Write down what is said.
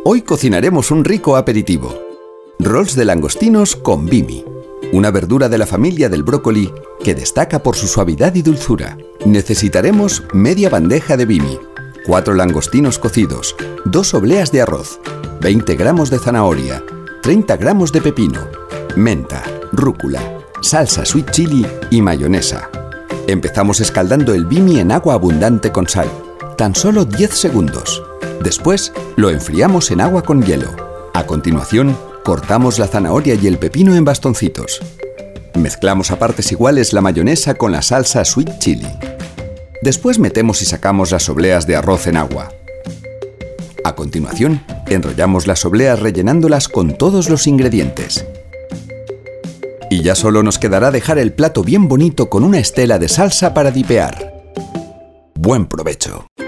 Hoy cocinaremos un rico aperitivo. Rolls de langostinos con bimi, una verdura de la familia del brócoli que destaca por su suavidad y dulzura. Necesitaremos media bandeja de bimi, 4 langostinos cocidos, 2 obleas de arroz, 20 gramos de zanahoria, 30 gramos de pepino, menta, rúcula, salsa sweet chili y mayonesa. Empezamos escaldando el bimi en agua abundante con sal, tan solo 10 segundos. Después lo enfriamos en agua con hielo. A continuación, cortamos la zanahoria y el pepino en bastoncitos. Mezclamos a partes iguales la mayonesa con la salsa sweet chili. Después metemos y sacamos las obleas de arroz en agua. A continuación, enrollamos las obleas rellenándolas con todos los ingredientes. Y ya solo nos quedará dejar el plato bien bonito con una estela de salsa para dipear. ¡Buen provecho!